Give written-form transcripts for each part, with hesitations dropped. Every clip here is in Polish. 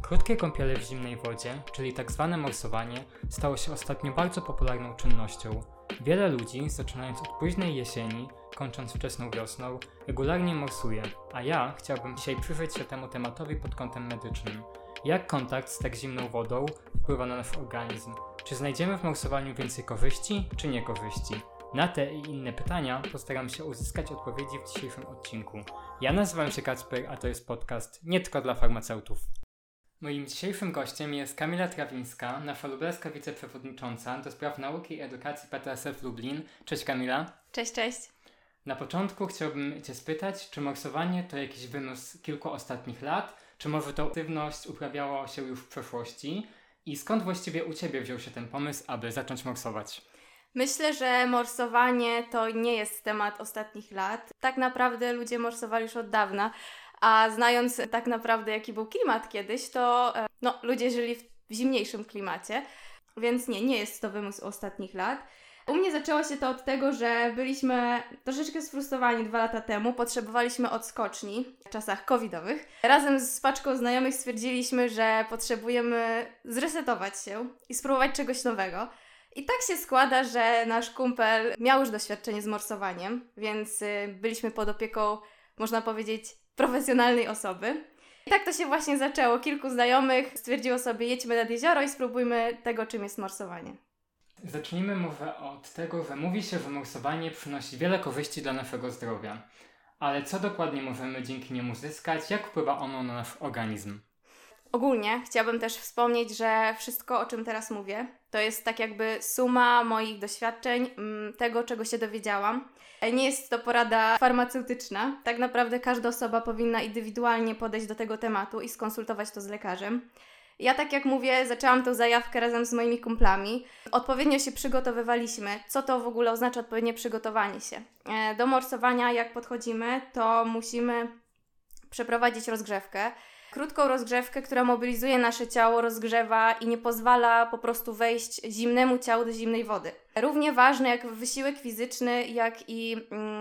Krótkie kąpiele w zimnej wodzie, czyli tak zwane morsowanie, stało się ostatnio bardzo popularną czynnością. Wiele ludzi, zaczynając od późnej jesieni, kończąc wczesną wiosną, regularnie morsuje, a ja chciałbym dzisiaj przyjrzeć się temu tematowi pod kątem medycznym. Jak kontakt z tak zimną wodą wpływa na nasz organizm? Czy znajdziemy w morsowaniu więcej korzyści, czy niekorzyści? Na te i inne pytania postaram się uzyskać odpowiedzi w dzisiejszym odcinku. Ja nazywam się Kacper, a to jest podcast nie tylko dla farmaceutów. Moim dzisiejszym gościem jest Kamila Trawińska, nasza lubelska wiceprzewodnicząca do spraw nauki i edukacji PTSF Lublin. Cześć Kamila. Cześć, cześć. Na początku chciałbym Cię spytać, czy morsowanie to jakiś wymysł kilku ostatnich lat, czy może to aktywność uprawiała się już w przeszłości i skąd właściwie u Ciebie wziął się ten pomysł, aby zacząć morsować? Myślę, że morsowanie to nie jest temat ostatnich lat. Tak naprawdę ludzie morsowali już od dawna, a znając tak naprawdę jaki był klimat kiedyś, to ludzie żyli w zimniejszym klimacie, więc nie jest to wymysł ostatnich lat. U mnie zaczęło się to od tego, że byliśmy troszeczkę sfrustrowani 2 lata temu, potrzebowaliśmy odskoczni w czasach covidowych. Razem z paczką znajomych stwierdziliśmy, że potrzebujemy zresetować się i spróbować czegoś nowego. I tak się składa, że nasz kumpel miał już doświadczenie z morsowaniem, więc byliśmy pod opieką, można powiedzieć, profesjonalnej osoby. I tak to się właśnie zaczęło. Kilku znajomych stwierdziło sobie, jedźmy nad jezioro i spróbujmy tego, czym jest morsowanie. Zacznijmy może od tego, że mówi się, że morsowanie przynosi wiele korzyści dla naszego zdrowia. Ale co dokładnie możemy dzięki niemu zyskać? Jak wpływa ono na nasz organizm? Ogólnie chciałabym też wspomnieć, że wszystko, o czym teraz mówię, to jest tak jakby suma moich doświadczeń, tego, czego się dowiedziałam. Nie jest to porada farmaceutyczna. Tak naprawdę każda osoba powinna indywidualnie podejść do tego tematu i skonsultować to z lekarzem. Ja, tak jak mówię, zaczęłam tę zajawkę razem z moimi kumplami. Odpowiednio się przygotowywaliśmy. Co to w ogóle oznacza odpowiednie przygotowanie się? Do morsowania, jak podchodzimy, to musimy przeprowadzić rozgrzewkę. Krótką rozgrzewkę, która mobilizuje nasze ciało, rozgrzewa i nie pozwala po prostu wejść zimnemu ciału do zimnej wody. Równie ważne jak wysiłek fizyczny, jak i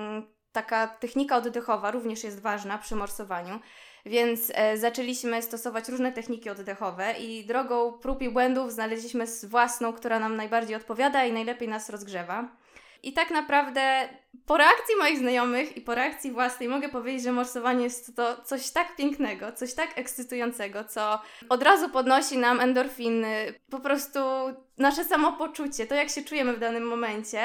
taka technika oddechowa również jest ważna przy morsowaniu. Więc zaczęliśmy stosować różne techniki oddechowe i drogą prób i błędów znaleźliśmy własną, która nam najbardziej odpowiada i najlepiej nas rozgrzewa. I tak naprawdę po reakcji moich znajomych i po reakcji własnej mogę powiedzieć, że morsowanie jest to coś tak pięknego, coś tak ekscytującego, co od razu podnosi nam endorfiny, po prostu nasze samopoczucie, to jak się czujemy w danym momencie.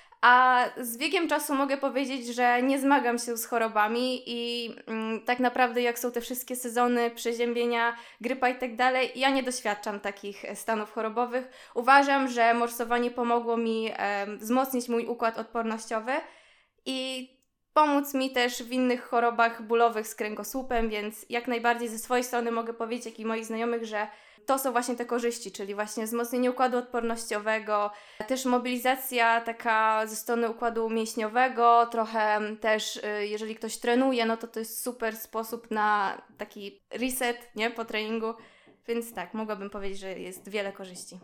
A z biegiem czasu mogę powiedzieć, że nie zmagam się z chorobami i tak naprawdę jak są te wszystkie sezony, przeziębienia, grypa i tak dalej, ja nie doświadczam takich stanów chorobowych. Uważam, że morsowanie pomogło mi wzmocnić mój układ odpornościowy i pomóc mi też w innych chorobach bólowych z kręgosłupem, więc jak najbardziej ze swojej strony mogę powiedzieć, jak i moich znajomych, że to są właśnie te korzyści, czyli właśnie wzmocnienie układu odpornościowego, też mobilizacja taka ze strony układu mięśniowego, trochę też jeżeli ktoś trenuje, no to jest super sposób na taki reset, nie, po treningu, więc tak, mogłabym powiedzieć, że jest wiele korzyści.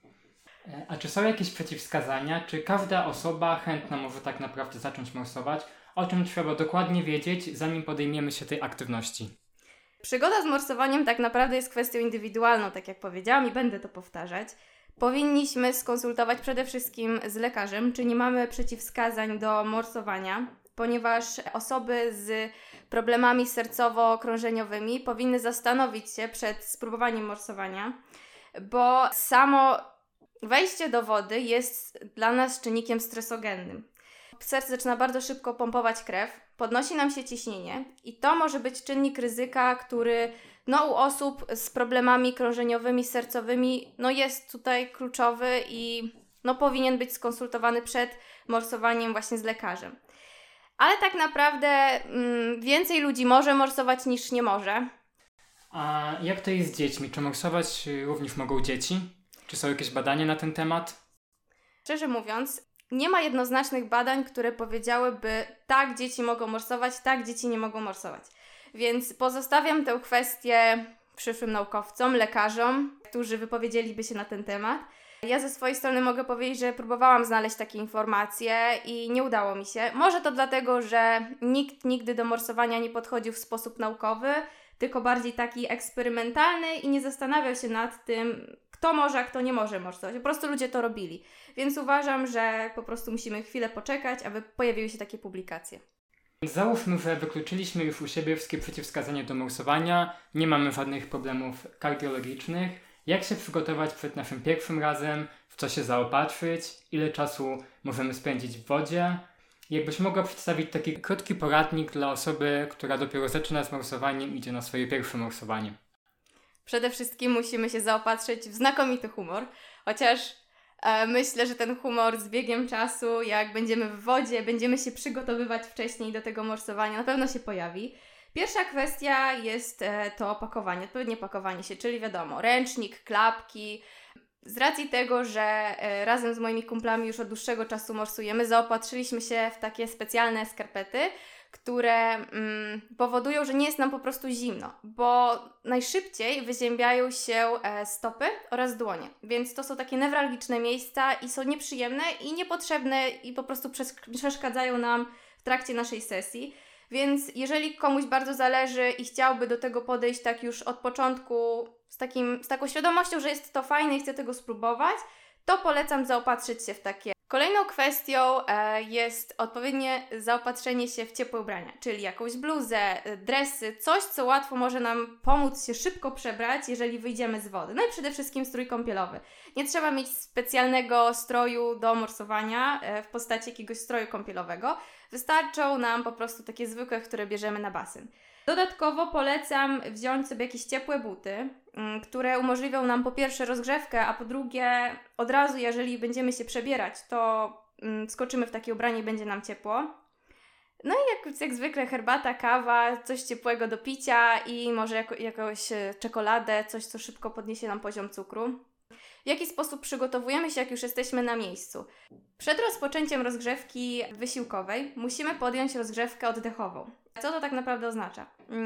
A czy są jakieś przeciwwskazania? Czy każda osoba chętna może tak naprawdę zacząć morsować? O czym trzeba dokładnie wiedzieć, zanim podejmiemy się tej aktywności? Przygoda z morsowaniem tak naprawdę jest kwestią indywidualną, tak jak powiedziałam i będę to powtarzać. Powinniśmy skonsultować przede wszystkim z lekarzem, czy nie mamy przeciwwskazań do morsowania, ponieważ osoby z problemami sercowo-krążeniowymi powinny zastanowić się przed spróbowaniem morsowania, bo samo wejście do wody jest dla nas czynnikiem stresogennym. Serce zaczyna bardzo szybko pompować krew, podnosi nam się ciśnienie i to może być czynnik ryzyka, który u osób z problemami krążeniowymi, sercowymi jest tutaj kluczowy i powinien być skonsultowany przed morsowaniem właśnie z lekarzem. Ale tak naprawdę więcej ludzi może morsować niż nie może. A jak to jest z dziećmi? Czy morsować również mogą dzieci? Czy są jakieś badania na ten temat? Szczerze mówiąc, nie ma jednoznacznych badań, które powiedziałyby tak, dzieci mogą morsować, tak, dzieci nie mogą morsować. Więc pozostawiam tę kwestię przyszłym naukowcom, lekarzom, którzy wypowiedzieliby się na ten temat. Ja ze swojej strony mogę powiedzieć, że próbowałam znaleźć takie informacje i nie udało mi się. Może to dlatego, że nikt nigdy do morsowania nie podchodził w sposób naukowy, tylko bardziej taki eksperymentalny i nie zastanawiał się nad tym, kto może, a kto nie może morsować. Po prostu ludzie to robili. Więc uważam, że po prostu musimy chwilę poczekać, aby pojawiły się takie publikacje. Załóżmy, że wykluczyliśmy już u siebie wszystkie przeciwwskazania do morsowania, nie mamy żadnych problemów kardiologicznych. Jak się przygotować przed naszym pierwszym razem, w co się zaopatrzyć, ile czasu możemy spędzić w wodzie? Jakbyś mogła przedstawić taki krótki poradnik dla osoby, która dopiero zaczyna z morsowaniem i idzie na swoje pierwsze morsowanie. Przede wszystkim musimy się zaopatrzyć w znakomity humor, chociaż myślę, że ten humor z biegiem czasu, jak będziemy w wodzie, będziemy się przygotowywać wcześniej do tego morsowania, na pewno się pojawi. Pierwsza kwestia jest to pakowanie, odpowiednie pakowanie się, czyli wiadomo, ręcznik, klapki. Z racji tego, że razem z moimi kumplami już od dłuższego czasu morsujemy, zaopatrzyliśmy się w takie specjalne skarpety, które powodują, że nie jest nam po prostu zimno, bo najszybciej wyziębiają się stopy oraz dłonie, więc to są takie newralgiczne miejsca i są nieprzyjemne i niepotrzebne i po prostu przeszkadzają nam w trakcie naszej sesji. Więc jeżeli komuś bardzo zależy i chciałby do tego podejść tak już od początku z taką świadomością, że jest to fajne i chce tego spróbować, to polecam zaopatrzyć się w takie. Kolejną kwestią jest odpowiednie zaopatrzenie się w ciepłe ubrania, czyli jakąś bluzę, dresy, coś, co łatwo może nam pomóc się szybko przebrać, jeżeli wyjdziemy z wody. No i przede wszystkim strój kąpielowy. Nie trzeba mieć specjalnego stroju do morsowania w postaci jakiegoś stroju kąpielowego. Wystarczą nam po prostu takie zwykłe, które bierzemy na basen. Dodatkowo polecam wziąć sobie jakieś ciepłe buty, które umożliwią nam po pierwsze rozgrzewkę, a po drugie od razu, jeżeli będziemy się przebierać, to skoczymy w takie ubranie i będzie nam ciepło. No i jak zwykle herbata, kawa, coś ciepłego do picia i może jakąś czekoladę, coś co szybko podniesie nam poziom cukru. W jaki sposób przygotowujemy się, jak już jesteśmy na miejscu? Przed rozpoczęciem rozgrzewki wysiłkowej musimy podjąć rozgrzewkę oddechową. Co to tak naprawdę oznacza?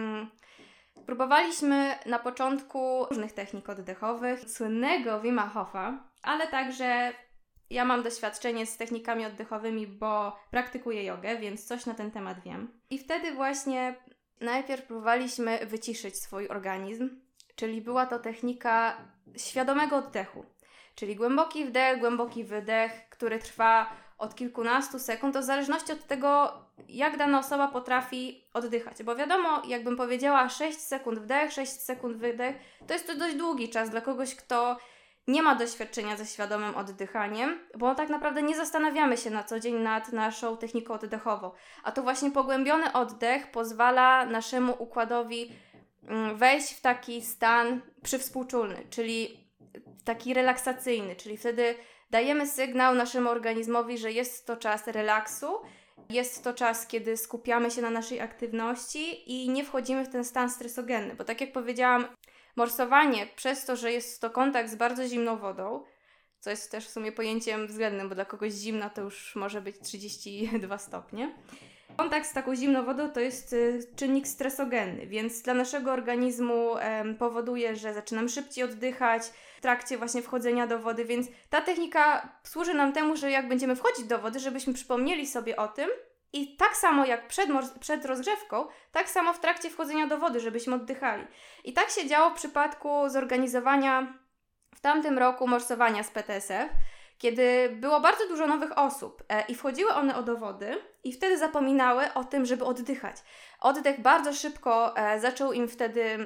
Próbowaliśmy na początku różnych technik oddechowych, słynnego Wima Hofa, ale także ja mam doświadczenie z technikami oddechowymi, bo praktykuję jogę, więc coś na ten temat wiem. I wtedy właśnie najpierw próbowaliśmy wyciszyć swój organizm, czyli była to technika świadomego oddechu, czyli głęboki wdech, głęboki wydech, który trwa od kilkunastu sekund, to w zależności od tego, jak dana osoba potrafi oddychać. Bo wiadomo, jakbym powiedziała 6 sekund wdech, 6 sekund wydech, to jest to dość długi czas dla kogoś, kto nie ma doświadczenia ze świadomym oddychaniem, bo tak naprawdę nie zastanawiamy się na co dzień nad naszą techniką oddechową. A to właśnie pogłębiony oddech pozwala naszemu układowi wejść w taki stan przywspółczulny, czyli taki relaksacyjny, czyli wtedy dajemy sygnał naszemu organizmowi, że jest to czas relaksu, jest to czas, kiedy skupiamy się na naszej aktywności i nie wchodzimy w ten stan stresogenny, bo tak jak powiedziałam, morsowanie przez to, że jest to kontakt z bardzo zimną wodą, co jest też w sumie pojęciem względnym, bo dla kogoś zimna to już może być 32 stopnie. Kontakt z taką zimną wodą to jest czynnik stresogenny, więc dla naszego organizmu powoduje, że zaczynamy szybciej oddychać w trakcie właśnie wchodzenia do wody, więc ta technika służy nam temu, że jak będziemy wchodzić do wody, żebyśmy przypomnieli sobie o tym i tak samo jak przed rozgrzewką, tak samo w trakcie wchodzenia do wody, żebyśmy oddychali. I tak się działo w przypadku zorganizowania w tamtym roku morsowania z PTSF, kiedy było bardzo dużo nowych osób i wchodziły one do wody i wtedy zapominały o tym, żeby oddychać. Oddech bardzo szybko zaczął im wtedy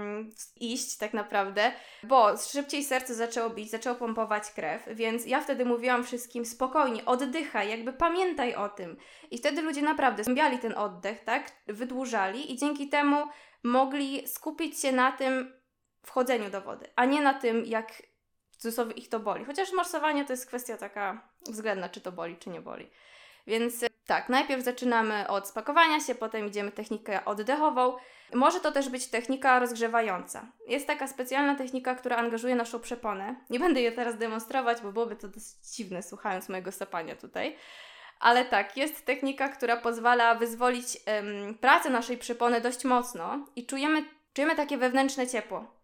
iść tak naprawdę, bo szybciej serce zaczęło bić, zaczęło pompować krew, więc ja wtedy mówiłam wszystkim spokojnie, oddychaj, jakby pamiętaj o tym. I wtedy ludzie naprawdę zgłębiali ten oddech, tak, wydłużali i dzięki temu mogli skupić się na tym wchodzeniu do wody, a nie na tym, jak w cudzysłowie ich to boli. Chociaż morsowanie to jest kwestia taka względna, czy to boli, czy nie boli. Więc tak, najpierw zaczynamy od spakowania się, potem idziemy technikę oddechową. Może to też być technika rozgrzewająca. Jest taka specjalna technika, która angażuje naszą przeponę. Nie będę jej teraz demonstrować, bo byłoby to dosyć dziwne, słuchając mojego sapania tutaj. Ale tak, jest technika, która pozwala wyzwolić pracę naszej przepony dość mocno i czujemy takie wewnętrzne ciepło.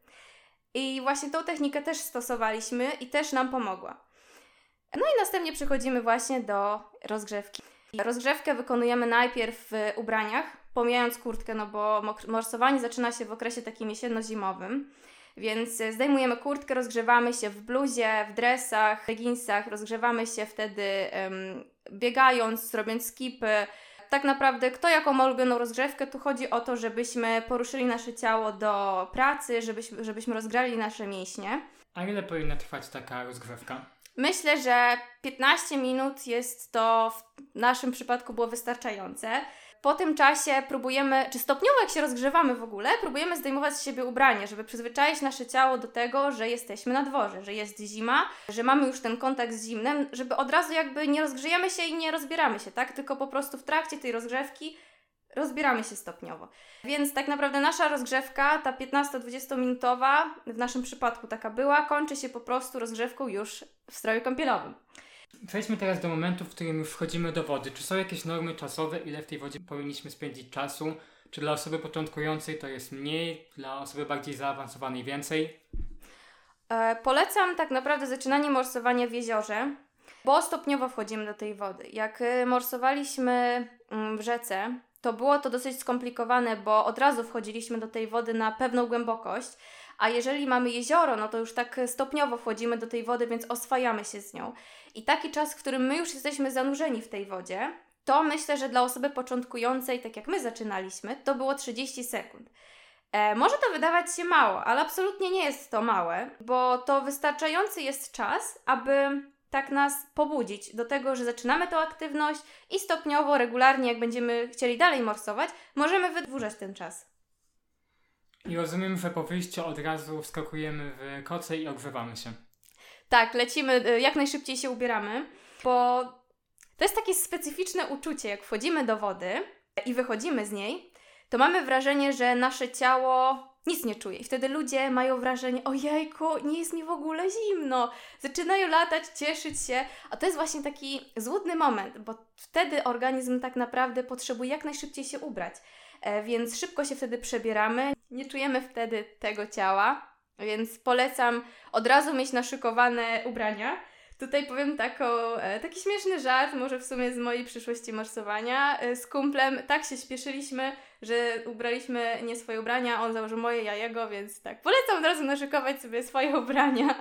I właśnie tą technikę też stosowaliśmy i też nam pomogła. No i następnie przechodzimy właśnie do rozgrzewki. Rozgrzewkę wykonujemy najpierw w ubraniach, pomijając kurtkę, no bo morsowanie zaczyna się w okresie takim jesienno-zimowym. Więc zdejmujemy kurtkę, rozgrzewamy się w bluzie, w dresach, leginsach, rozgrzewamy się wtedy biegając, robiąc skipy. Tak naprawdę kto jaką ma ulubioną rozgrzewkę, tu chodzi o to, żebyśmy poruszyli nasze ciało do pracy, żebyśmy rozgrzali nasze mięśnie. A ile powinna trwać taka rozgrzewka? Myślę, że 15 minut jest to w naszym przypadku było wystarczające. Po tym czasie próbujemy, czy stopniowo jak się rozgrzewamy w ogóle, próbujemy zdejmować z siebie ubranie, żeby przyzwyczaić nasze ciało do tego, że jesteśmy na dworze, że jest zima, że mamy już ten kontakt z zimnem, żeby od razu jakby nie rozgrzejemy się i nie rozbieramy się, tak? Tylko po prostu w trakcie tej rozgrzewki rozbieramy się stopniowo. Więc tak naprawdę nasza rozgrzewka, ta 15-20 minutowa, w naszym przypadku taka była, kończy się po prostu rozgrzewką już w stroju kąpielowym. Przejdźmy teraz do momentu, w którym już wchodzimy do wody. Czy są jakieś normy czasowe, ile w tej wodzie powinniśmy spędzić czasu? Czy dla osoby początkującej to jest mniej, dla osoby bardziej zaawansowanej więcej? Polecam tak naprawdę zaczynanie morsowania w jeziorze, bo stopniowo wchodzimy do tej wody. Jak morsowaliśmy w rzece, to było to dosyć skomplikowane, bo od razu wchodziliśmy do tej wody na pewną głębokość, a jeżeli mamy jezioro, no to już tak stopniowo wchodzimy do tej wody, więc oswajamy się z nią. I taki czas, w którym my już jesteśmy zanurzeni w tej wodzie, to myślę, że dla osoby początkującej, tak jak my zaczynaliśmy, to było 30 sekund. Może to wydawać się mało, ale absolutnie nie jest to małe, bo to wystarczający jest czas, aby tak nas pobudzić do tego, że zaczynamy tą aktywność i stopniowo, regularnie, jak będziemy chcieli dalej morsować, możemy wydłużać ten czas. I rozumiem, że po wyjściu od razu wskakujemy w koce i ogrzewamy się. Tak, lecimy, jak najszybciej się ubieramy, bo to jest takie specyficzne uczucie, jak wchodzimy do wody i wychodzimy z niej, to mamy wrażenie, że nasze ciało nic nie czuje. I wtedy ludzie mają wrażenie, ojejku, nie jest mi w ogóle zimno. Zaczynają latać, cieszyć się. A to jest właśnie taki złudny moment, bo wtedy organizm tak naprawdę potrzebuje jak najszybciej się ubrać. Więc szybko się wtedy przebieramy. Nie czujemy wtedy tego ciała, więc polecam od razu mieć naszykowane ubrania. Tutaj powiem taki śmieszny żart, może w sumie z mojej przyszłości morsowania. Z kumplem tak się śpieszyliśmy, że ubraliśmy nie swoje ubrania, on założył moje, ja jego, więc tak, polecam od razu naszykować sobie swoje ubrania.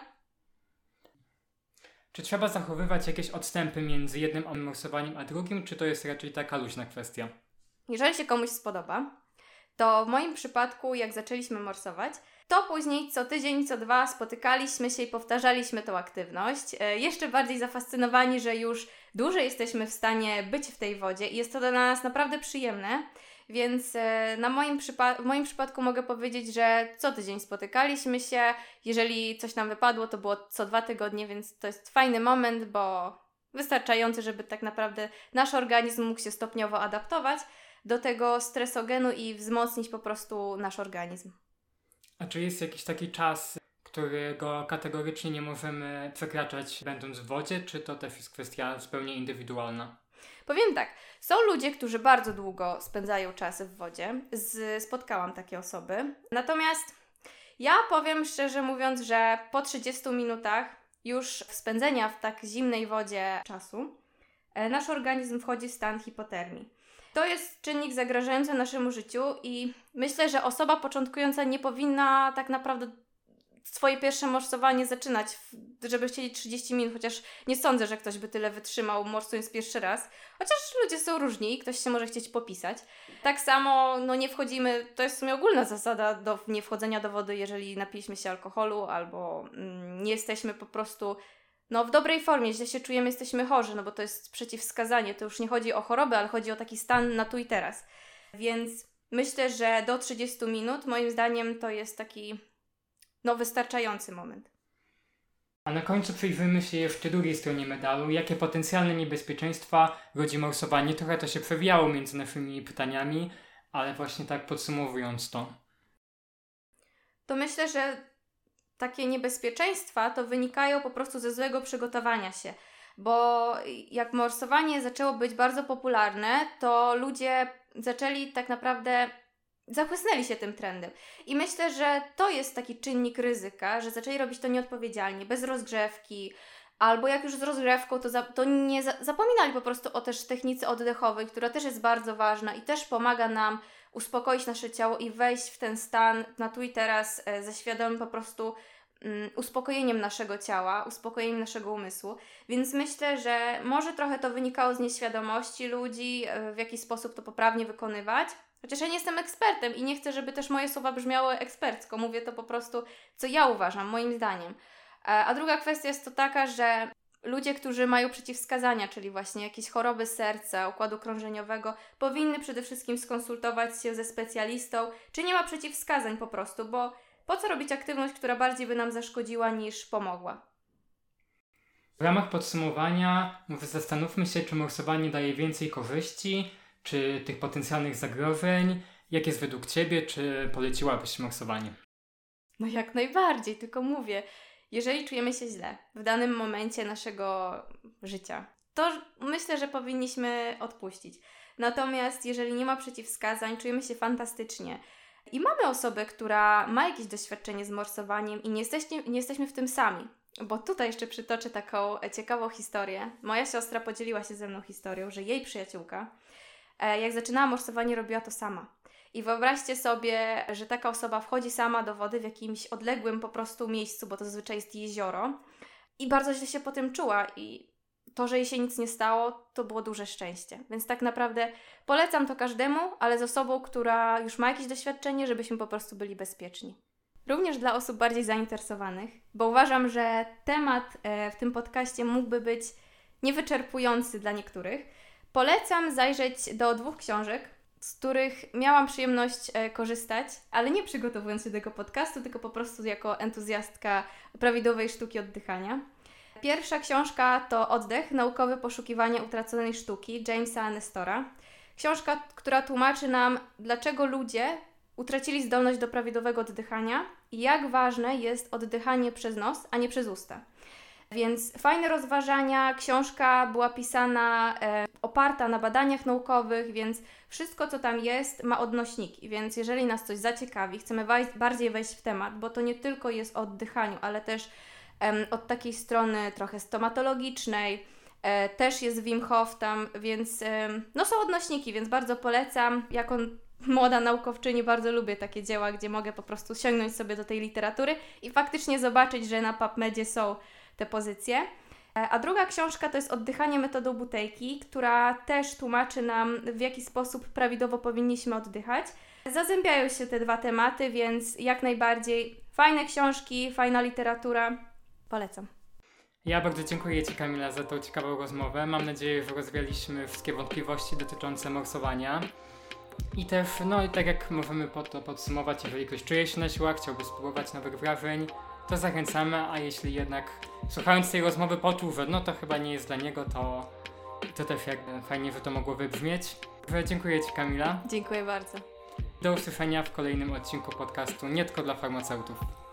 Czy trzeba zachowywać jakieś odstępy między jednym morsowaniem a drugim, czy to jest raczej taka luźna kwestia? Jeżeli się komuś spodoba, to w moim przypadku, jak zaczęliśmy morsować, to później co tydzień, co dwa spotykaliśmy się i powtarzaliśmy tą aktywność. Jeszcze bardziej zafascynowani, że już dłużej jesteśmy w stanie być w tej wodzie i jest to dla nas naprawdę przyjemne. Więc w moim przypadku mogę powiedzieć, że co tydzień spotykaliśmy się. Jeżeli coś nam wypadło, to było co 2 tygodnie, więc to jest fajny moment, bo wystarczający, żeby tak naprawdę nasz organizm mógł się stopniowo adaptować do tego stresogenu i wzmocnić po prostu nasz organizm. A czy jest jakiś taki czas, którego kategorycznie nie możemy przekraczać będąc w wodzie, czy to też jest kwestia zupełnie indywidualna? Powiem tak, są ludzie, którzy bardzo długo spędzają czas w wodzie. Spotkałam takie osoby. Natomiast ja powiem szczerze mówiąc, że po 30 minutach już spędzenia w tak zimnej wodzie czasu, nasz organizm wchodzi w stan hipotermii. To jest czynnik zagrażający naszemu życiu i myślę, że osoba początkująca nie powinna tak naprawdę swoje pierwsze morsowanie zaczynać, żeby chcieli 30 minut, chociaż nie sądzę, że ktoś by tyle wytrzymał morsując pierwszy raz. Chociaż ludzie są różni, ktoś się może chcieć popisać. Tak samo nie wchodzimy, to jest w sumie ogólna zasada do nie wchodzenia do wody, jeżeli napiliśmy się alkoholu albo nie jesteśmy po prostu w dobrej formie, źle się czujemy, jesteśmy chorzy, bo to jest przeciwwskazanie. To już nie chodzi o chorobę, ale chodzi o taki stan na tu i teraz. Więc myślę, że do 30 minut, moim zdaniem, to jest taki wystarczający moment. A na końcu przyjrzyjmy się jeszcze drugiej stronie medalu. Jakie potencjalne niebezpieczeństwa rodzi morsowanie? Trochę to się przewijało między naszymi pytaniami, ale właśnie tak podsumowując to. To myślę, że takie niebezpieczeństwa to wynikają po prostu ze złego przygotowania się. Bo jak morsowanie zaczęło być bardzo popularne, to ludzie zaczęli tak naprawdę zachłysnęli się tym trendem. I myślę, że to jest taki czynnik ryzyka, że zaczęli robić to nieodpowiedzialnie, bez rozgrzewki, Albo jak już z rozgrzewką, to nie zapominali po prostu o też technice oddechowej, która też jest bardzo ważna i też pomaga nam uspokoić nasze ciało i wejść w ten stan na tu i teraz ze świadomym po prostu uspokojeniem naszego ciała, uspokojeniem naszego umysłu. Więc myślę, że może trochę to wynikało z nieświadomości ludzi, w jaki sposób to poprawnie wykonywać. Chociaż ja nie jestem ekspertem i nie chcę, żeby też moje słowa brzmiały ekspercko. Mówię to po prostu, co ja uważam, moim zdaniem. A druga kwestia jest to taka, że ludzie, którzy mają przeciwwskazania, czyli właśnie jakieś choroby serca, układu krążeniowego, powinny przede wszystkim skonsultować się ze specjalistą, czy nie ma przeciwwskazań po prostu, bo po co robić aktywność, która bardziej by nam zaszkodziła niż pomogła? W ramach podsumowania zastanówmy się, czy morsowanie daje więcej korzyści, czy tych potencjalnych zagrożeń. Jak jest według Ciebie, czy poleciłabyś morsowanie? No jak najbardziej, tylko mówię, jeżeli czujemy się źle w danym momencie naszego życia, to myślę, że powinniśmy odpuścić. Natomiast jeżeli nie ma przeciwwskazań, czujemy się fantastycznie i mamy osobę, która ma jakieś doświadczenie z morsowaniem i nie jesteśmy w tym sami. Bo tutaj jeszcze przytoczę taką ciekawą historię. Moja siostra podzieliła się ze mną historią, że jej przyjaciółka, jak zaczynała morsowanie, robiła to sama. I wyobraźcie sobie, że taka osoba wchodzi sama do wody w jakimś odległym po prostu miejscu, bo to zazwyczaj jest jezioro, i bardzo źle się po tym czuła i to, że jej się nic nie stało, to było duże szczęście. Więc tak naprawdę polecam to każdemu, ale z osobą, która już ma jakieś doświadczenie, żebyśmy po prostu byli bezpieczni. Również dla osób bardziej zainteresowanych, bo uważam, że temat w tym podcaście mógłby być niewyczerpujący dla niektórych. Polecam zajrzeć do 2 książek, z których miałam przyjemność korzystać, ale nie przygotowując się do tego podcastu, tylko po prostu jako entuzjastka prawidłowej sztuki oddychania. Pierwsza książka to Oddech, naukowe poszukiwanie utraconej sztuki Jamesa Nestora. Książka, która tłumaczy nam, dlaczego ludzie utracili zdolność do prawidłowego oddychania i jak ważne jest oddychanie przez nos, a nie przez usta. Więc fajne rozważania, książka była pisana, oparta na badaniach naukowych, więc wszystko, co tam jest, ma odnośniki. Więc jeżeli nas coś zaciekawi, chcemy bardziej wejść w temat, bo to nie tylko jest o oddychaniu, ale też od takiej strony trochę stomatologicznej, też jest Wim Hof tam, więc no są odnośniki, więc bardzo polecam. Jako młoda naukowczyni bardzo lubię takie dzieła, gdzie mogę po prostu sięgnąć sobie do tej literatury i faktycznie zobaczyć, że na PubMedzie są te pozycje. A druga książka to jest Oddychanie metodą Buteyki, która też tłumaczy nam, w jaki sposób prawidłowo powinniśmy oddychać. Zazębiają się te 2 tematy, więc jak najbardziej fajne książki, fajna literatura. Polecam. Ja bardzo dziękuję Ci, Kamila, za tą ciekawą rozmowę. Mam nadzieję, że rozwialiśmy wszystkie wątpliwości dotyczące morsowania. I też, no i tak jak możemy to podsumować, jeżeli ktoś czuje się na siłach, chciałby spróbować nowych wrażeń, to zachęcamy, a jeśli jednak słuchając tej rozmowy poczuł, że no to chyba nie jest dla niego, to też jakby fajnie, że to mogło wybrzmieć. Dziękuję Ci, Kamila. Dziękuję bardzo. Do usłyszenia w kolejnym odcinku podcastu Nie tylko dla farmaceutów.